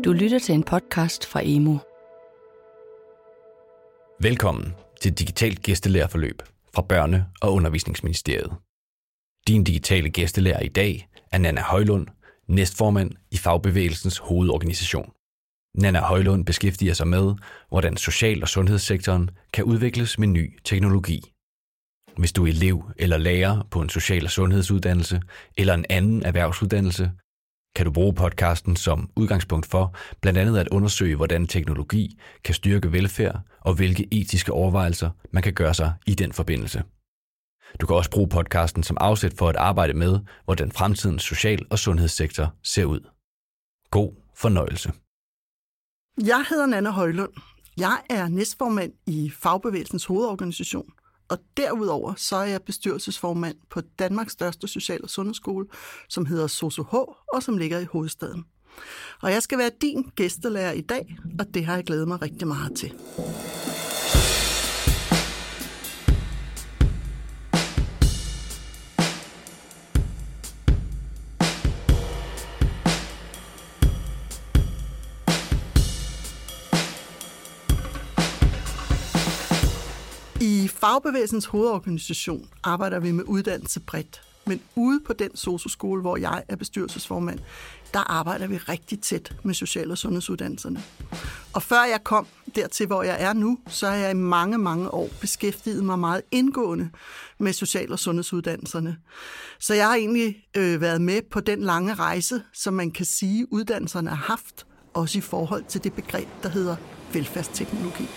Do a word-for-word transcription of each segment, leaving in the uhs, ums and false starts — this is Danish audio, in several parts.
Du lytter til en podcast fra Emo. Velkommen til Digitalt Gæstelærerforløb fra Børne- og Undervisningsministeriet. Din digitale gæstelærer i dag er Nanna Højlund, næstformand i Fagbevægelsens hovedorganisation. Nanna Højlund beskæftiger sig med, hvordan social- og sundhedssektoren kan udvikles med ny teknologi. Hvis du er elev eller lærer på en social- og sundhedsuddannelse eller en anden erhvervsuddannelse, kan du bruge podcasten som udgangspunkt for blandt andet at undersøge, hvordan teknologi kan styrke velfærd og hvilke etiske overvejelser man kan gøre sig i den forbindelse. Du kan også bruge podcasten som afsæt for at arbejde med, hvordan fremtidens social- og sundhedssektor ser ud. God fornøjelse. Jeg hedder Nanna Højlund. Jeg er næstformand i Fagbevægelsens hovedorganisation, og derudover så er jeg bestyrelsesformand på Danmarks største social- og sundhedsskole, som hedder Sosu H, og som ligger i hovedstaden. Og jeg skal være din gæstelærer i dag, og det har jeg glædet mig rigtig meget til. I Fagbevægelsens hovedorganisation arbejder vi med uddannelse bredt, men ude på den sosu-skole, hvor jeg er bestyrelsesformand, der arbejder vi rigtig tæt med social- og sundhedsuddannelserne. Og før jeg kom dertil, hvor jeg er nu, så har jeg i mange, mange år beskæftiget mig meget indgående med social- og sundhedsuddannelserne. Så jeg har egentlig øh, været med på den lange rejse, som man kan sige, uddannelserne har haft, også i forhold til det begreb, der hedder velfærdsteknologi.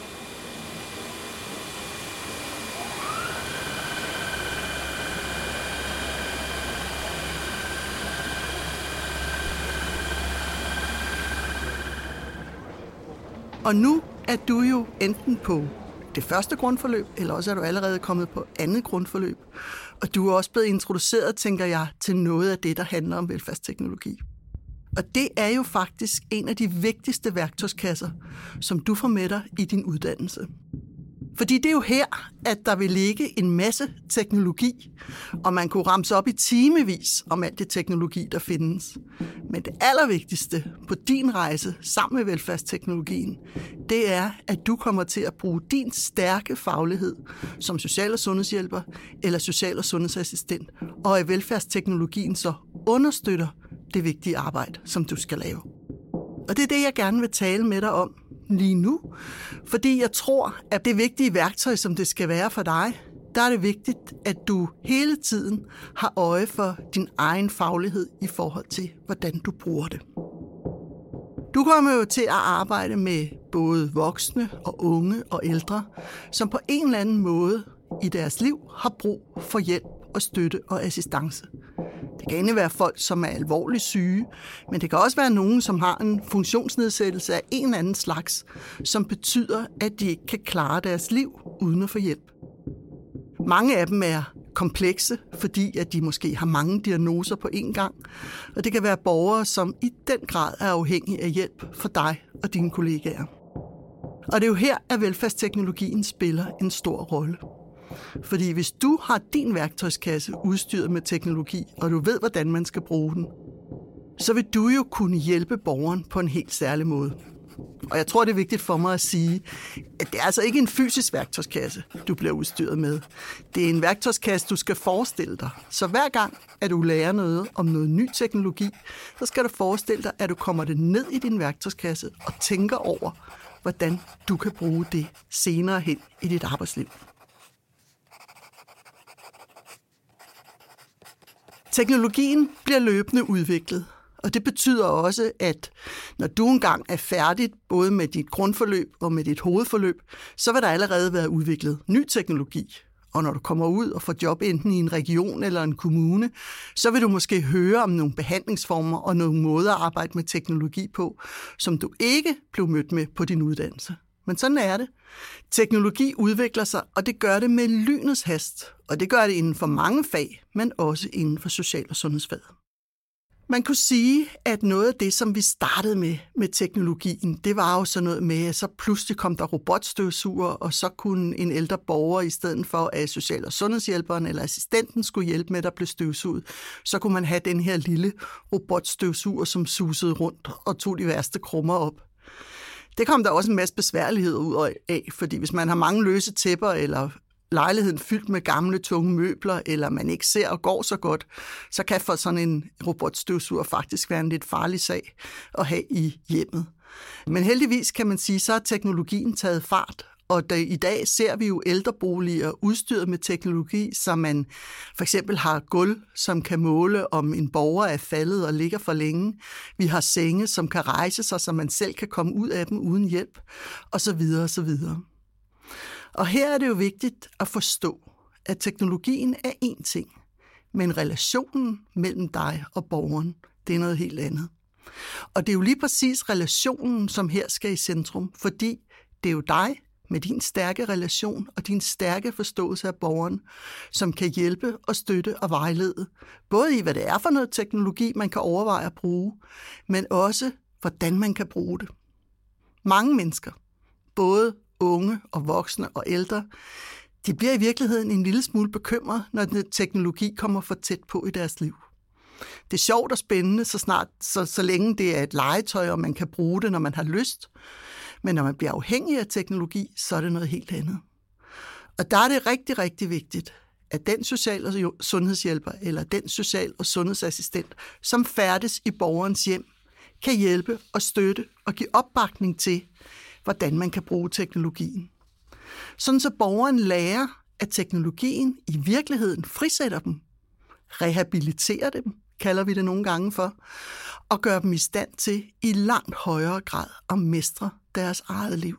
Og nu er du jo enten på det første grundforløb, eller også er du allerede kommet på andet grundforløb. Og du er også blevet introduceret, tænker jeg, til noget af det, der handler om velfærdsteknologi. Og det er jo faktisk en af de vigtigste værktøjskasser, som du får med dig i din uddannelse. Fordi det er jo her, at der vil ligge en masse teknologi, og man kunne ramse op i timevis om alt det teknologi, der findes. Men det allervigtigste på din rejse sammen med velfærdsteknologien, det er, at du kommer til at bruge din stærke faglighed som social- og sundhedshjælper eller social- og sundhedsassistent, og at velfærdsteknologien så understøtter det vigtige arbejde, som du skal lave. Og det er det, jeg gerne vil tale med dig om lige nu, fordi jeg tror, at det vigtige værktøj, som det skal være for dig, der er det vigtigt, at du hele tiden har øje for din egen faglighed i forhold til, hvordan du bruger det. Du kommer jo til at arbejde med både voksne og unge og ældre, som på en eller anden måde i deres liv har brug for hjælp og støtte og assistance. Det kan egentlig være folk, som er alvorligt syge, men det kan også være nogen, som har en funktionsnedsættelse af en eller anden slags, som betyder, at de ikke kan klare deres liv uden at få hjælp. Mange af dem er komplekse, fordi at de måske har mange diagnoser på én gang, og det kan være borgere, som i den grad er afhængige af hjælp for dig og dine kollegaer. Og det er jo her, at velfærdsteknologien spiller en stor rolle. Fordi hvis du har din værktøjskasse udstyret med teknologi, og du ved, hvordan man skal bruge den, så vil du jo kunne hjælpe borgeren på en helt særlig måde. Og jeg tror, det er vigtigt for mig at sige, at det er altså ikke en fysisk værktøjskasse, du bliver udstyret med. Det er en værktøjskasse, du skal forestille dig. Så hver gang, at du lærer noget om noget ny teknologi, så skal du forestille dig, at du kommer det ned i din værktøjskasse og tænker over, hvordan du kan bruge det senere hen i dit arbejdsliv. Teknologien bliver løbende udviklet, og det betyder også, at når du engang er færdig både med dit grundforløb og med dit hovedforløb, så vil der allerede være udviklet ny teknologi. Og når du kommer ud og får job enten i en region eller en kommune, så vil du måske høre om nogle behandlingsformer og nogle måder at arbejde med teknologi på, som du ikke blev mødt med på din uddannelse. Men sådan er det. Teknologi udvikler sig, og det gør det med lynets hast. Og det gør det inden for mange fag, men også inden for social- og sundhedsfaget. Man kunne sige, at noget af det, som vi startede med med teknologien, det var jo sådan noget med, at så pludselig kom der robotstøvsuger, og så kunne en ældre borger, i stedet for at social- og sundhedshjælperen eller assistenten skulle hjælpe med, at der blev støvsuget, så kunne man have den her lille robotstøvsuger, som susede rundt og tog de værste krummer op. Det kom der også en masse besværligheder ud af, fordi hvis man har mange løse tæpper eller lejligheden fyldt med gamle, tunge møbler, eller man ikke ser og går så godt, så kan for sådan en robotstøvsuger faktisk være en lidt farlig sag at have i hjemmet. Men heldigvis kan man sige, så har teknologien taget fart, og der, i dag ser vi jo ældreboliger udstyret med teknologi, så man for eksempel har gulv, som kan måle, om en borger er faldet og ligger for længe. Vi har senge, som kan rejse sig, så man selv kan komme ud af dem uden hjælp, og så videre og så videre. Og her er det jo vigtigt at forstå, at teknologien er én ting, men relationen mellem dig og borgeren, det er noget helt andet. Og det er jo lige præcis relationen, som her skal i centrum, fordi det er jo dig med din stærke relation og din stærke forståelse af borgeren, som kan hjælpe og støtte og vejlede, både i hvad det er for noget teknologi, man kan overveje at bruge, men også hvordan man kan bruge det. Mange mennesker, både unge og voksne og ældre, de bliver i virkeligheden en lille smule bekymret, når den teknologi kommer for tæt på i deres liv. Det er sjovt og spændende, så, snart, så, så længe det er et legetøj, og man kan bruge det, når man har lyst. Men når man bliver afhængig af teknologi, så er det noget helt andet. Og der er det rigtig, rigtig vigtigt, at den social- og sundhedshjælper eller den social- og sundhedsassistent, som færdes i borgerens hjem, kan hjælpe og støtte og give opbakning til, hvordan man kan bruge teknologien. Sådan så borgeren lærer, at teknologien i virkeligheden frisætter dem, rehabiliterer dem, kalder vi det nogle gange for, og gør dem i stand til i langt højere grad at mestre deres eget liv.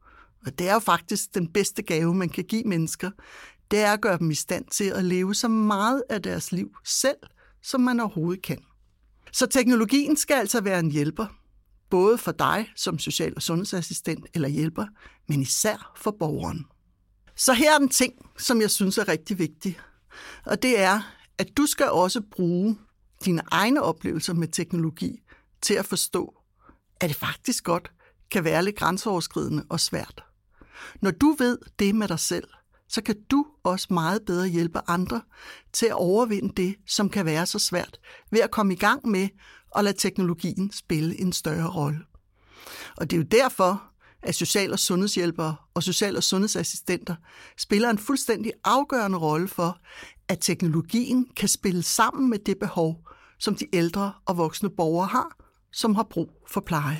Og det er jo faktisk den bedste gave, man kan give mennesker, det er at gøre dem i stand til at leve så meget af deres liv selv, som man overhovedet kan. Så teknologien skal altså være en hjælper, både for dig som social- og sundhedsassistent eller hjælper, men især for borgeren. Så her er en ting, som jeg synes er rigtig vigtig, og det er, at du skal også bruge dine egne oplevelser med teknologi til at forstå, at det faktisk godt kan være lidt grænseoverskridende og svært. Når du ved det med dig selv, så kan du også meget bedre hjælpe andre til at overvinde det, som kan være så svært, ved at komme i gang med at lade teknologien spille en større rolle. Og det er jo derfor, at social- og sundhedshjælpere og social- og sundhedsassistenter spiller en fuldstændig afgørende rolle for, at teknologien kan spille sammen med det behov, som de ældre og voksne borgere har, som har brug for pleje.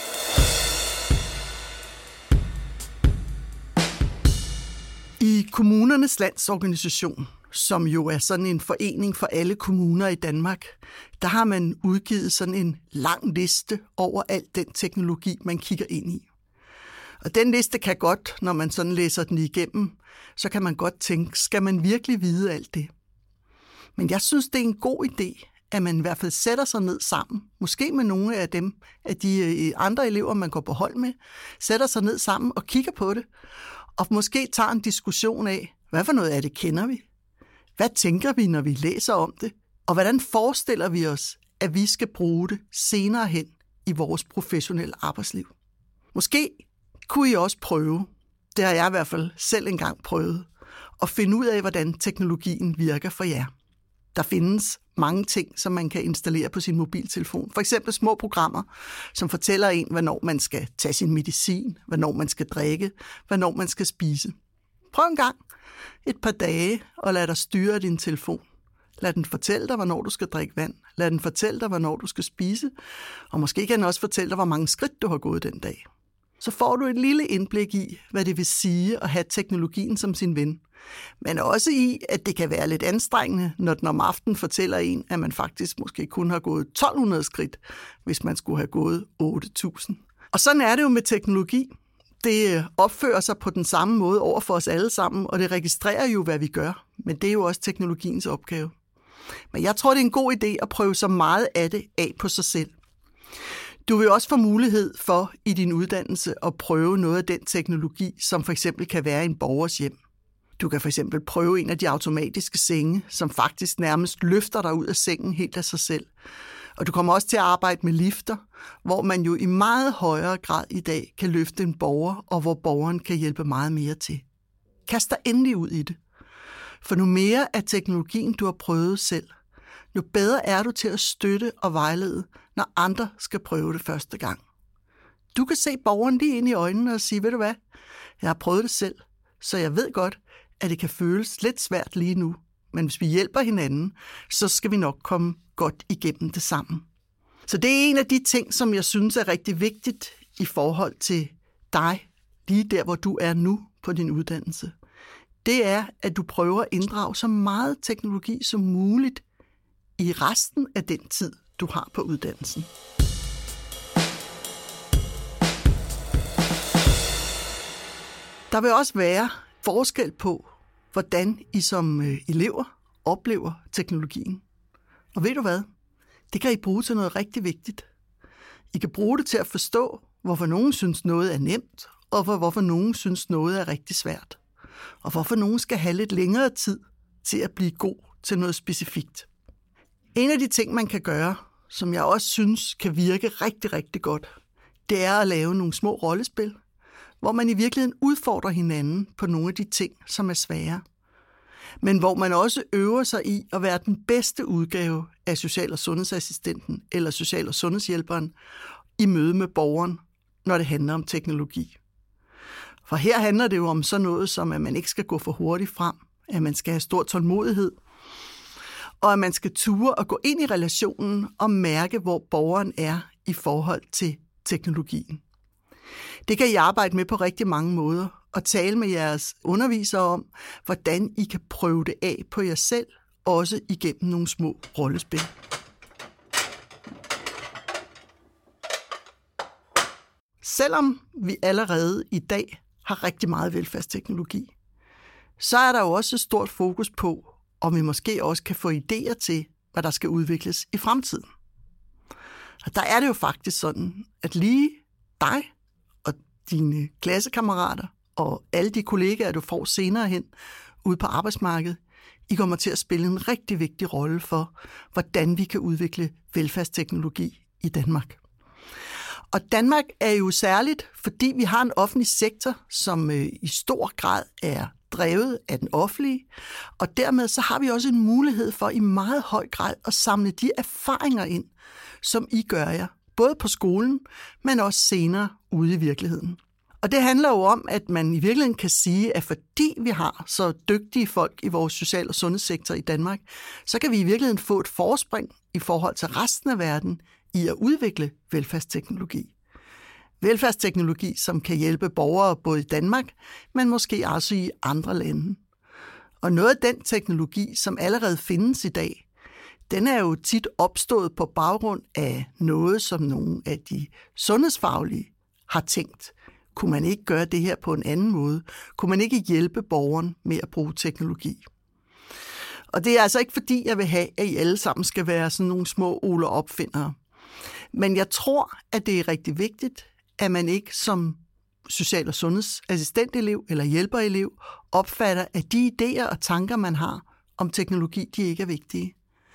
I Kommunernes Landsorganisation, som jo er sådan en forening for alle kommuner i Danmark, der har man udgivet sådan en lang liste over al den teknologi, man kigger ind i. Og den liste kan godt, når man sådan læser den igennem, så kan man godt tænke, skal man virkelig vide alt det? Men jeg synes, det er en god idé, at man i hvert fald sætter sig ned sammen, måske med nogle af dem, af de andre elever, man går på hold med, sætter sig ned sammen og kigger på det, og måske tager en diskussion af, hvad for noget af det kender vi? Hvad tænker vi, når vi læser om det? Og hvordan forestiller vi os, at vi skal bruge det senere hen i vores professionelle arbejdsliv? Måske kunne I også prøve, det har jeg i hvert fald selv engang prøvet, at finde ud af, hvordan teknologien virker for jer. Der findes mange ting, som man kan installere på sin mobiltelefon. For eksempel små programmer, som fortæller en, hvornår man skal tage sin medicin, hvornår man skal drikke, hvornår man skal spise. Prøv en gang et par dage og lad dig styre din telefon. Lad den fortælle dig, hvornår du skal drikke vand. Lad den fortælle dig, hvornår du skal spise. Og måske kan den også fortælle dig, hvor mange skridt du har gået den dag. Så får du et lille indblik i, hvad det vil sige at have teknologien som sin ven. Men også i, at det kan være lidt anstrengende, når den om aftenen fortæller en, at man faktisk måske kun har gået tolv hundrede skridt, hvis man skulle have gået otte tusind. Og sådan er det jo med teknologi. Det opfører sig på den samme måde over for os alle sammen, og det registrerer jo, hvad vi gør. Men det er jo også teknologiens opgave. Men jeg tror, det er en god idé at prøve så meget af det af på sig selv. Du vil også få mulighed for i din uddannelse at prøve noget af den teknologi, som for eksempel kan være i en borgers hjem. Du kan for eksempel prøve en af de automatiske senge, som faktisk nærmest løfter dig ud af sengen helt af sig selv. Og du kommer også til at arbejde med lifter, hvor man jo i meget højere grad i dag kan løfte en borger, og hvor borgeren kan hjælpe meget mere til. Kast dig endelig ud i det. For nu mere af teknologien, du har prøvet selv, nu bedre er du til at støtte og vejlede, når andre skal prøve det første gang. Du kan se borgeren lige ind i øjnene og sige, ved du hvad, jeg har prøvet det selv, så jeg ved godt, at det kan føles lidt svært lige nu. Men hvis vi hjælper hinanden, så skal vi nok komme godt igennem det sammen. Så det er en af de ting, som jeg synes er rigtig vigtigt i forhold til dig, lige der, hvor du er nu på din uddannelse. Det er, at du prøver at inddrage så meget teknologi som muligt i resten af den tid, du har på uddannelsen. Der vil også være forskel på, hvordan I som elever oplever teknologien. Og ved du hvad? Det kan I bruge til noget rigtig vigtigt. I kan bruge det til at forstå, hvorfor nogen synes noget er nemt, og for hvorfor nogen synes noget er rigtig svært. Og hvorfor nogen skal have lidt længere tid til at blive god til noget specifikt. En af de ting, man kan gøre, som jeg også synes kan virke rigtig, rigtig godt, det er at lave nogle små rollespil, hvor man i virkeligheden udfordrer hinanden på nogle af de ting, som er svære. Men hvor man også øver sig i at være den bedste udgave af social- og sundhedsassistenten eller social- og sundhedshjælperen i møde med borgeren, når det handler om teknologi. For her handler det jo om sådan noget som, at man ikke skal gå for hurtigt frem, at man skal have stor tålmodighed, og at man skal ture og gå ind i relationen og mærke, hvor borgeren er i forhold til teknologien. Det kan I arbejde med på rigtig mange måder, og tale med jeres undervisere om, hvordan I kan prøve det af på jer selv, også igennem nogle små rollespil. Selvom vi allerede i dag har rigtig meget velfærdsteknologi, så er der jo også et stort fokus på, om vi måske også kan få idéer til, hvad der skal udvikles i fremtiden. Og der er det jo faktisk sådan, at lige dig og dine klassekammerater og alle de kollegaer, du får senere hen ude på arbejdsmarkedet, I kommer til at spille en rigtig vigtig rolle for, hvordan vi kan udvikle velfærdsteknologi i Danmark. Og Danmark er jo særligt, fordi vi har en offentlig sektor, som i stor grad er drevet af den offentlige, og dermed så har vi også en mulighed for i meget høj grad at samle de erfaringer ind, som I gør jer, både på skolen, men også senere ude i virkeligheden. Og det handler jo om, at man i virkeligheden kan sige, at fordi vi har så dygtige folk i vores social- og sundhedssektor i Danmark, så kan vi i virkeligheden få et forspring i forhold til resten af verden i at udvikle velfærdsteknologi. Velfærdsteknologi, som kan hjælpe borgere både i Danmark, men måske også i andre lande. Og noget af den teknologi, som allerede findes i dag, den er jo tit opstået på baggrund af noget, som nogle af de sundhedsfaglige har tænkt. Kunne man ikke gøre det her på en anden måde? Kunne man ikke hjælpe borgeren med at bruge teknologi? Og det er altså ikke fordi, jeg vil have, at I alle sammen skal være sådan nogle små Ole opfindere. Men jeg tror, at det er rigtig vigtigt, at man ikke som social- og sundhedsassistentelev eller hjælperelev opfatter, at de idéer og tanker, man har om teknologi, de ikke er vigtige.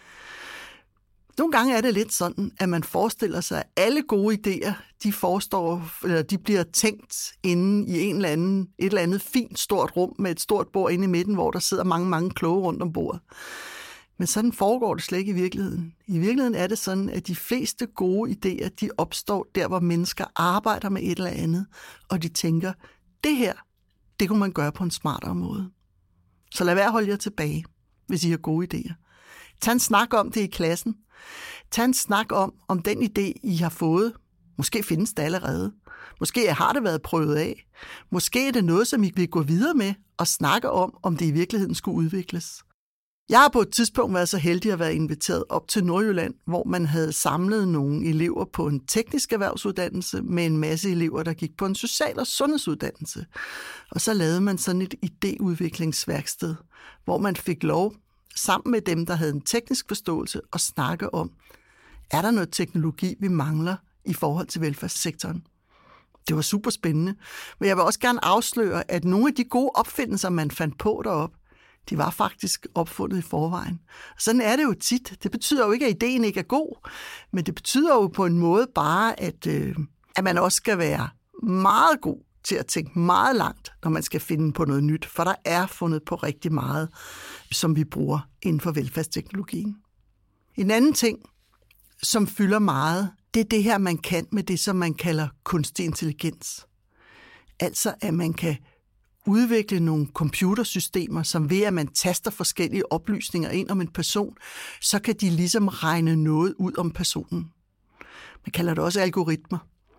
Nogle gange er det lidt sådan, at man forestiller sig, at alle gode idéer, de, forestår, eller de bliver tænkt inde i en eller anden, et eller andet fint stort rum med et stort bord inde i midten, hvor der sidder mange, mange kloge rundt om bordet. Men sådan foregår det slet ikke i virkeligheden. I virkeligheden er det sådan, at de fleste gode idéer, de opstår der, hvor mennesker arbejder med et eller andet, og de tænker, det her, det kunne man gøre på en smartere måde. Så lad være at holde jer tilbage, hvis I har gode idéer. Tag en snak om det i klassen. Tag en snak om, om den idé, I har fået. Måske findes det allerede. Måske har det været prøvet af. Måske er det noget, som I vil gå videre med og snakke om, om det i virkeligheden skulle udvikles. Jeg har på et tidspunkt været så heldig at være inviteret op til Nordjylland, hvor man havde samlet nogle elever på en teknisk erhvervsuddannelse med en masse elever, der gik på en social- og sundhedsuddannelse. Og så lavede man sådan et idéudviklingsværksted, hvor man fik lov sammen med dem, der havde en teknisk forståelse, at snakke om, er der noget teknologi, vi mangler i forhold til velfærdssektoren? Det var super spændende. Men jeg vil også gerne afsløre, at nogle af de gode opfindelser, man fandt på deroppe, De var faktisk opfundet i forvejen. Sådan er det jo tit. Det betyder jo ikke, at ideen ikke er god, men det betyder jo på en måde bare, at, øh, at man også skal være meget god til at tænke meget langt, når man skal finde på noget nyt, for der er fundet på rigtig meget, som vi bruger inden for velfærdsteknologien. En anden ting, som fylder meget, det er det her, man kan med det, som man kalder kunstig intelligens. Altså, at man kan udvikle nogle computersystemer, som ved, at man taster forskellige oplysninger ind om en person, så kan de ligesom regne noget ud om personen. Man kalder det også algoritmer.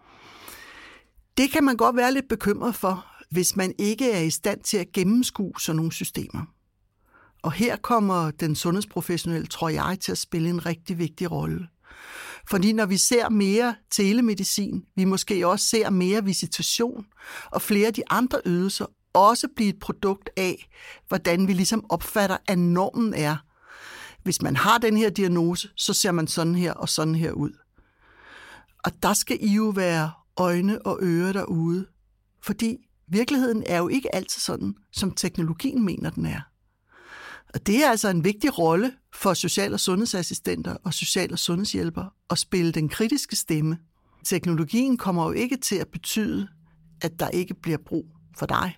Det kan man godt være lidt bekymret for, hvis man ikke er i stand til at gennemskue sådan nogle systemer. Og her kommer den sundhedsprofessionelle, tror jeg, til at spille en rigtig vigtig rolle. Fordi når vi ser mere telemedicin, vi måske også ser mere visitation, og flere af de andre ydelser også blive et produkt af, hvordan vi ligesom opfatter, at normen er. Hvis man har den her diagnose, så ser man sådan her og sådan her ud. Og der skal I jo være øjne og ører derude, fordi virkeligheden er jo ikke altid sådan, som teknologien mener, den er. Og det er altså en vigtig rolle for social- og sundhedsassistenter og social- og sundhedshjælpere at spille den kritiske stemme. Teknologien kommer jo ikke til at betyde, at der ikke bliver brug for dig.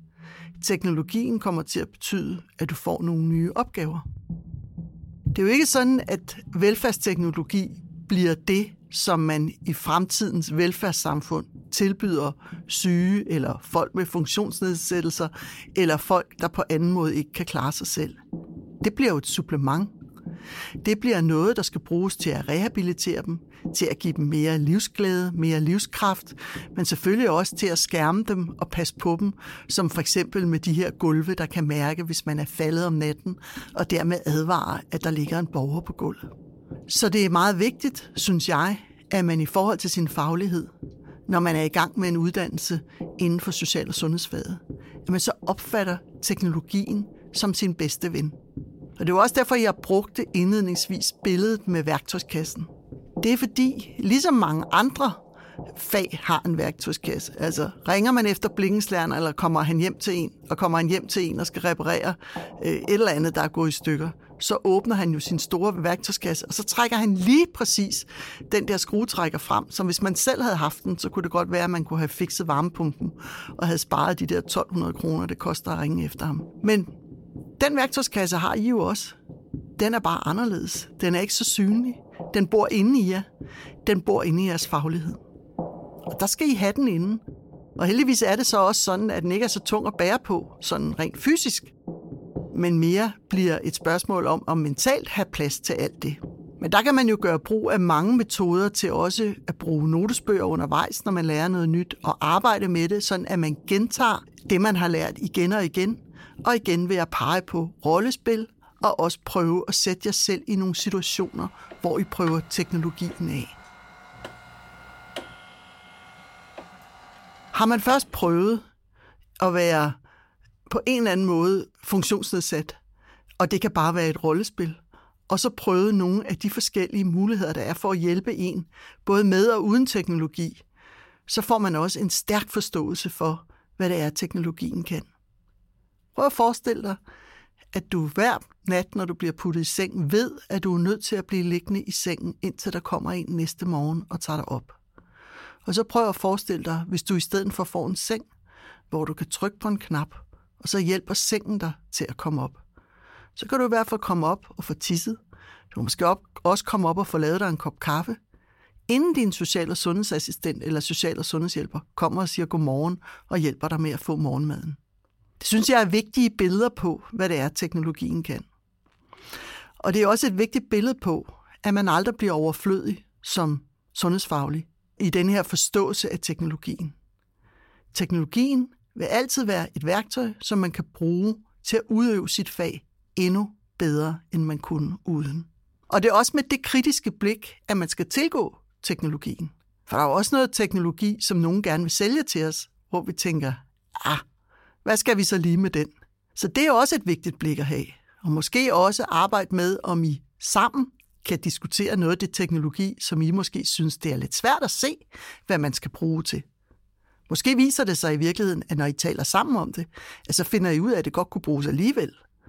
Teknologien kommer til at betyde, at du får nogle nye opgaver. Det er jo ikke sådan, at velfærdsteknologi bliver det, som man i fremtidens velfærdssamfund tilbyder syge eller folk med funktionsnedsættelser eller folk, der på anden måde ikke kan klare sig selv. Det bliver jo et supplement. Det bliver noget, der skal bruges til at rehabilitere dem, til at give dem mere livsglæde, mere livskraft, men selvfølgelig også til at skærme dem og passe på dem, som for eksempel med de her gulve, der kan mærke, hvis man er faldet om natten, og dermed advare, at der ligger en borger på gulvet. Så det er meget vigtigt, synes jeg, at man i forhold til sin faglighed, når man er i gang med en uddannelse inden for social- og sundhedsfaget, at man så opfatter teknologien som sin bedste ven. Og det er jo også derfor, jeg brugte indledningsvis billedet med værktøjskassen. Det er fordi, ligesom mange andre fag har en værktøjskasse. Altså ringer man efter blikkenslæreren, eller kommer han hjem til en, og kommer han hjem til en og skal reparere øh, et eller andet, der er gået i stykker, så åbner han jo sin store værktøjskasse, og så trækker han lige præcis den der skruetrækker frem, som hvis man selv havde haft den, så kunne det godt være, at man kunne have fikset varmepumpen og havde sparet de der tolv hundrede kroner, det koster at ringe efter ham. Men den værktøjskasse har I jo også. Den er bare anderledes. Den er ikke så synlig. Den bor inde i jer. Den bor inde i jeres faglighed. Og der skal I have den inde. Og heldigvis er det så også sådan, at den ikke er så tung at bære på, sådan rent fysisk. Men mere bliver et spørgsmål om at mentalt have plads til alt det. Men der kan man jo gøre brug af mange metoder til også at bruge notesbøger undervejs, når man lærer noget nyt, og arbejde med det, sådan at man gentager det, man har lært igen og igen, og igen vil jeg pege på rollespil, og også prøve at sætte jer selv i nogle situationer, hvor I prøver teknologien af. Har man først prøvet at være på en eller anden måde funktionsnedsat, og det kan bare være et rollespil, og så prøvet nogle af de forskellige muligheder, der er for at hjælpe en, både med og uden teknologi, så får man også en stærk forståelse for, hvad det er, teknologien kan. Prøv at forestille dig, at du hver nat, når du bliver puttet i seng, ved, at du er nødt til at blive liggende i sengen, indtil der kommer en næste morgen og tager dig op. Og så prøv at forestille dig, hvis du i stedet for får en seng, hvor du kan trykke på en knap, og så hjælper sengen dig til at komme op. Så kan du i hvert fald komme op og få tisset. Du kan måske op, også komme op og få lavet dig en kop kaffe, inden din social- og sundhedsassistent eller social- og sundhedshjælper kommer og siger godmorgen og hjælper dig med at få morgenmaden. Det synes jeg er vigtige billeder på, hvad det er, teknologien kan. Og det er også et vigtigt billede på, at man aldrig bliver overflødig som sundhedsfaglig i den her forståelse af teknologien. Teknologien vil altid være et værktøj, som man kan bruge til at udøve sit fag endnu bedre, end man kunne uden. Og det er også med det kritiske blik, at man skal tilgå teknologien. For der er jo også noget teknologi, som nogen gerne vil sælge til os, hvor vi tænker, ah, hvad skal vi så lige med den? Så det er også et vigtigt blik at have. Og måske også arbejde med, om I sammen kan diskutere noget af det teknologi, som I måske synes, det er lidt svært at se, hvad man skal bruge til. Måske viser det sig i virkeligheden, at når I taler sammen om det, så finder I ud af, at det godt kunne bruges alligevel.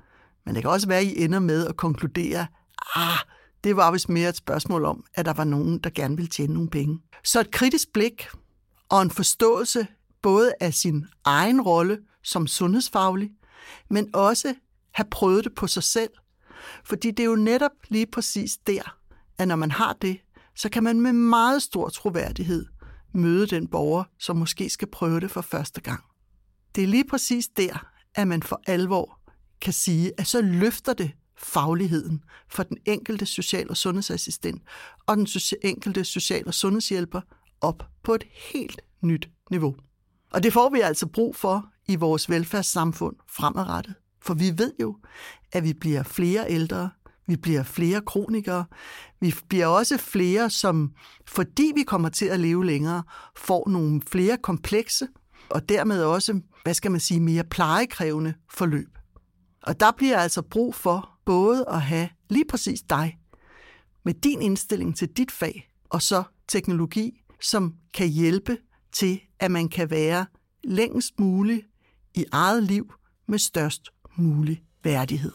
Men det kan også være, at I ender med at konkludere, ah, det var vist mere et spørgsmål om, at der var nogen, der gerne ville tjene nogle penge. Så et kritisk blik og en forståelse både af sin egen rolle som sundhedsfaglig, men også have prøvet det på sig selv. Fordi det er jo netop lige præcis der, at når man har det, så kan man med meget stor troværdighed møde den borger, som måske skal prøve det for første gang. Det er lige præcis der, at man for alvor kan sige, at så løfter det fagligheden for den enkelte social- og sundhedsassistent og den enkelte social- og sundhedshjælper op på et helt nyt niveau. Og det får vi altså brug for i vores velfærdssamfund fremadrettet. For vi ved jo, at vi bliver flere ældre, vi bliver flere kronikere, vi bliver også flere, som fordi vi kommer til at leve længere, får nogle flere komplekse og dermed også, hvad skal man sige, mere plejekrævende forløb. Og der bliver altså brug for både at have lige præcis dig med din indstilling til dit fag, og så teknologi, som kan hjælpe til, at man kan være længst muligt i eget liv med størst mulig værdighed.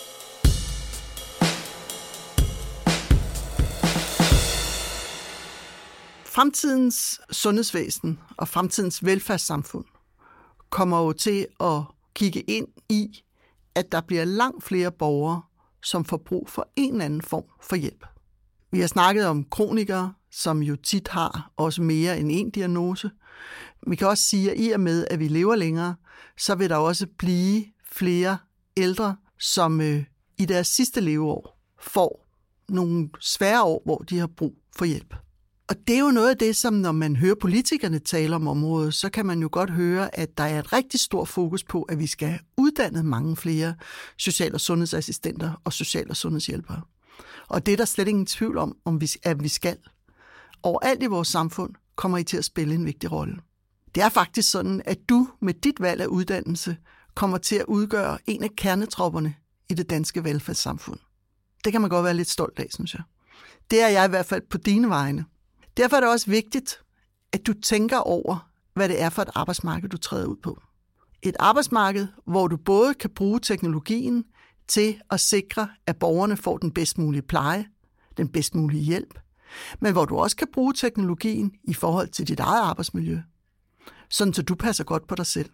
Fremtidens sundhedsvæsen og fremtidens velfærdssamfund kommer jo til at kigge ind i, at der bliver langt flere borgere, som får brug for en eller anden form for hjælp. Vi har snakket om kronikere, som jo tit har også mere end en diagnose. Vi kan også sige, at i og med, at vi lever længere, så vil der også blive flere ældre, som øh, i deres sidste leveår får nogle svære år, hvor de har brug for hjælp. Og det er jo noget af det, som når man hører politikerne tale om området, så kan man jo godt høre, at der er et rigtig stort fokus på, at vi skal have uddannet mange flere social- og sundhedsassistenter og social- og sundhedshjælpere. Og det er der slet ingen tvivl om, om vi, at vi skal. Overalt i vores samfund kommer I til at spille en vigtig rolle. Det er faktisk sådan, at du med dit valg af uddannelse kommer til at udgøre en af kernetropperne i det danske velfærdssamfund. Det kan man godt være lidt stolt af, synes jeg. Det er jeg i hvert fald på dine vegne. Derfor er det også vigtigt, at du tænker over, hvad det er for et arbejdsmarked, du træder ud på. Et arbejdsmarked, hvor du både kan bruge teknologien til at sikre, at borgerne får den bedst mulige pleje, den bedst mulige hjælp, men hvor du også kan bruge teknologien i forhold til dit eget arbejdsmiljø, sådan så du passer godt på dig selv.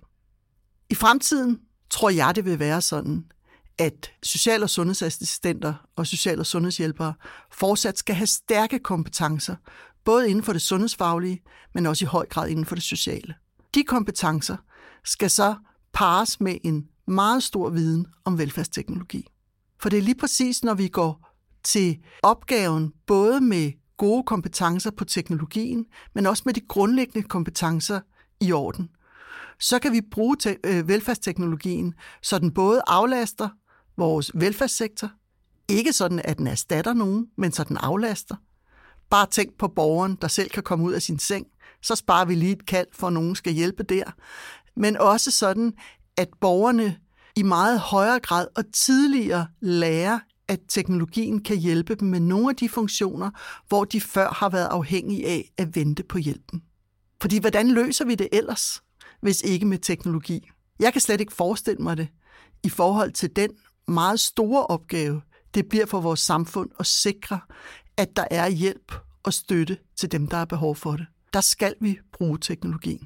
I fremtiden tror jeg, det vil være sådan, at social- og sundhedsassistenter og social- og sundhedshjælpere fortsat skal have stærke kompetencer, både inden for det sundhedsfaglige, men også i høj grad inden for det sociale. De kompetencer skal så parres med en meget stor viden om velfærdsteknologi. For det er lige præcis, når vi går til opgaven, både med gode kompetencer på teknologien, men også med de grundlæggende kompetencer i orden, så kan vi bruge te- øh, velfærdsteknologien, så den både aflaster vores velfærdssektor, ikke sådan, at den erstatter nogen, men så den aflaster. Bare tænk på borgeren, der selv kan komme ud af sin seng, så sparer vi lige et kald for, at nogen skal hjælpe der. Men også sådan, at borgerne i meget højere grad og tidligere lærer, at teknologien kan hjælpe dem med nogle af de funktioner, hvor de før har været afhængige af at vente på hjælpen. Fordi hvordan løser vi det ellers, hvis ikke med teknologi? Jeg kan slet ikke forestille mig det i forhold til den meget store opgave, det bliver for vores samfund at sikre, at der er hjælp og støtte til dem, der har behov for det. Der skal vi bruge teknologien.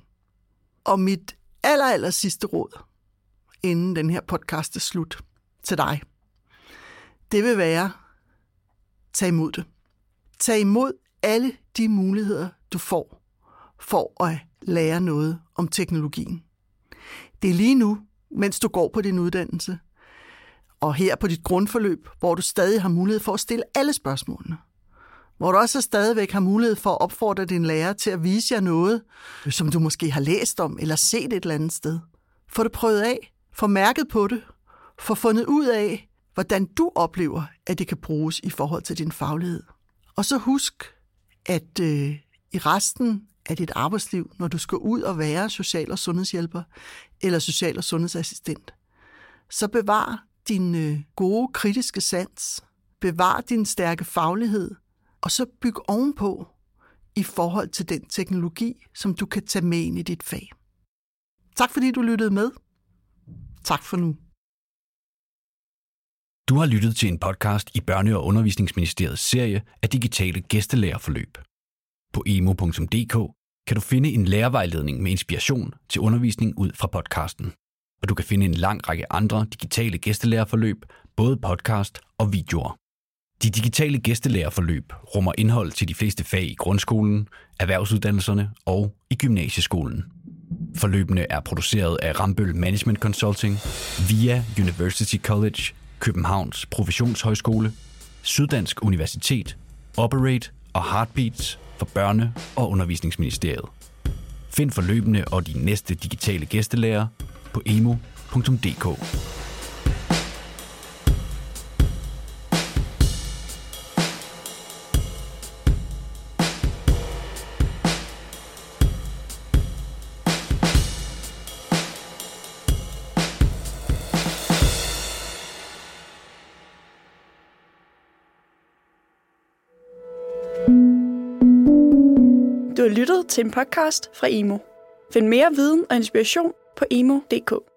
Og mit aller, aller sidste råd, inden den her podcast er slut, til dig, det vil være, tag imod det. Tag imod alle de muligheder, du får, for at lære noget om teknologien. Det er lige nu, mens du går på din uddannelse, og her på dit grundforløb, hvor du stadig har mulighed for at stille alle spørgsmålene. Hvor du også stadigvæk har mulighed for at opfordre din lærer til at vise jer noget, som du måske har læst om eller set et eller andet sted. Få det prøvet af, få mærket på det, få fundet ud af, hvordan du oplever, at det kan bruges i forhold til din faglighed. Og så husk, at øh, i resten af dit arbejdsliv, når du skal ud og være social- og sundhedshjælper eller social- og sundhedsassistent, så bevar din øh, gode kritiske sans, bevar din stærke faglighed, og så byg ovenpå i forhold til den teknologi, som du kan tage med ind i dit fag. Tak fordi du lyttede med. Tak for nu. Du har lyttet til en podcast i Børne- og Undervisningsministeriets serie af digitale gæstelærerforløb. På emo punktum d k kan du finde en lærervejledning med inspiration til undervisning ud fra podcasten. Og du kan finde en lang række andre digitale gæstelærerforløb, både podcast og videoer. De digitale gæstelærerforløb rummer indhold til de fleste fag i grundskolen, erhvervsuddannelserne og i gymnasieskolen. Forløbene er produceret af Rambøll Management Consulting, via University College, Københavns Professionshøjskole, Syddansk Universitet, Operate og Heartbeats for Børne- og Undervisningsministeriet. Find forløbene og de næste digitale gæstelærer på emo punktum d k. Du har lyttet til en podcast fra Emo. Find mere viden og inspiration på emo punktum d k.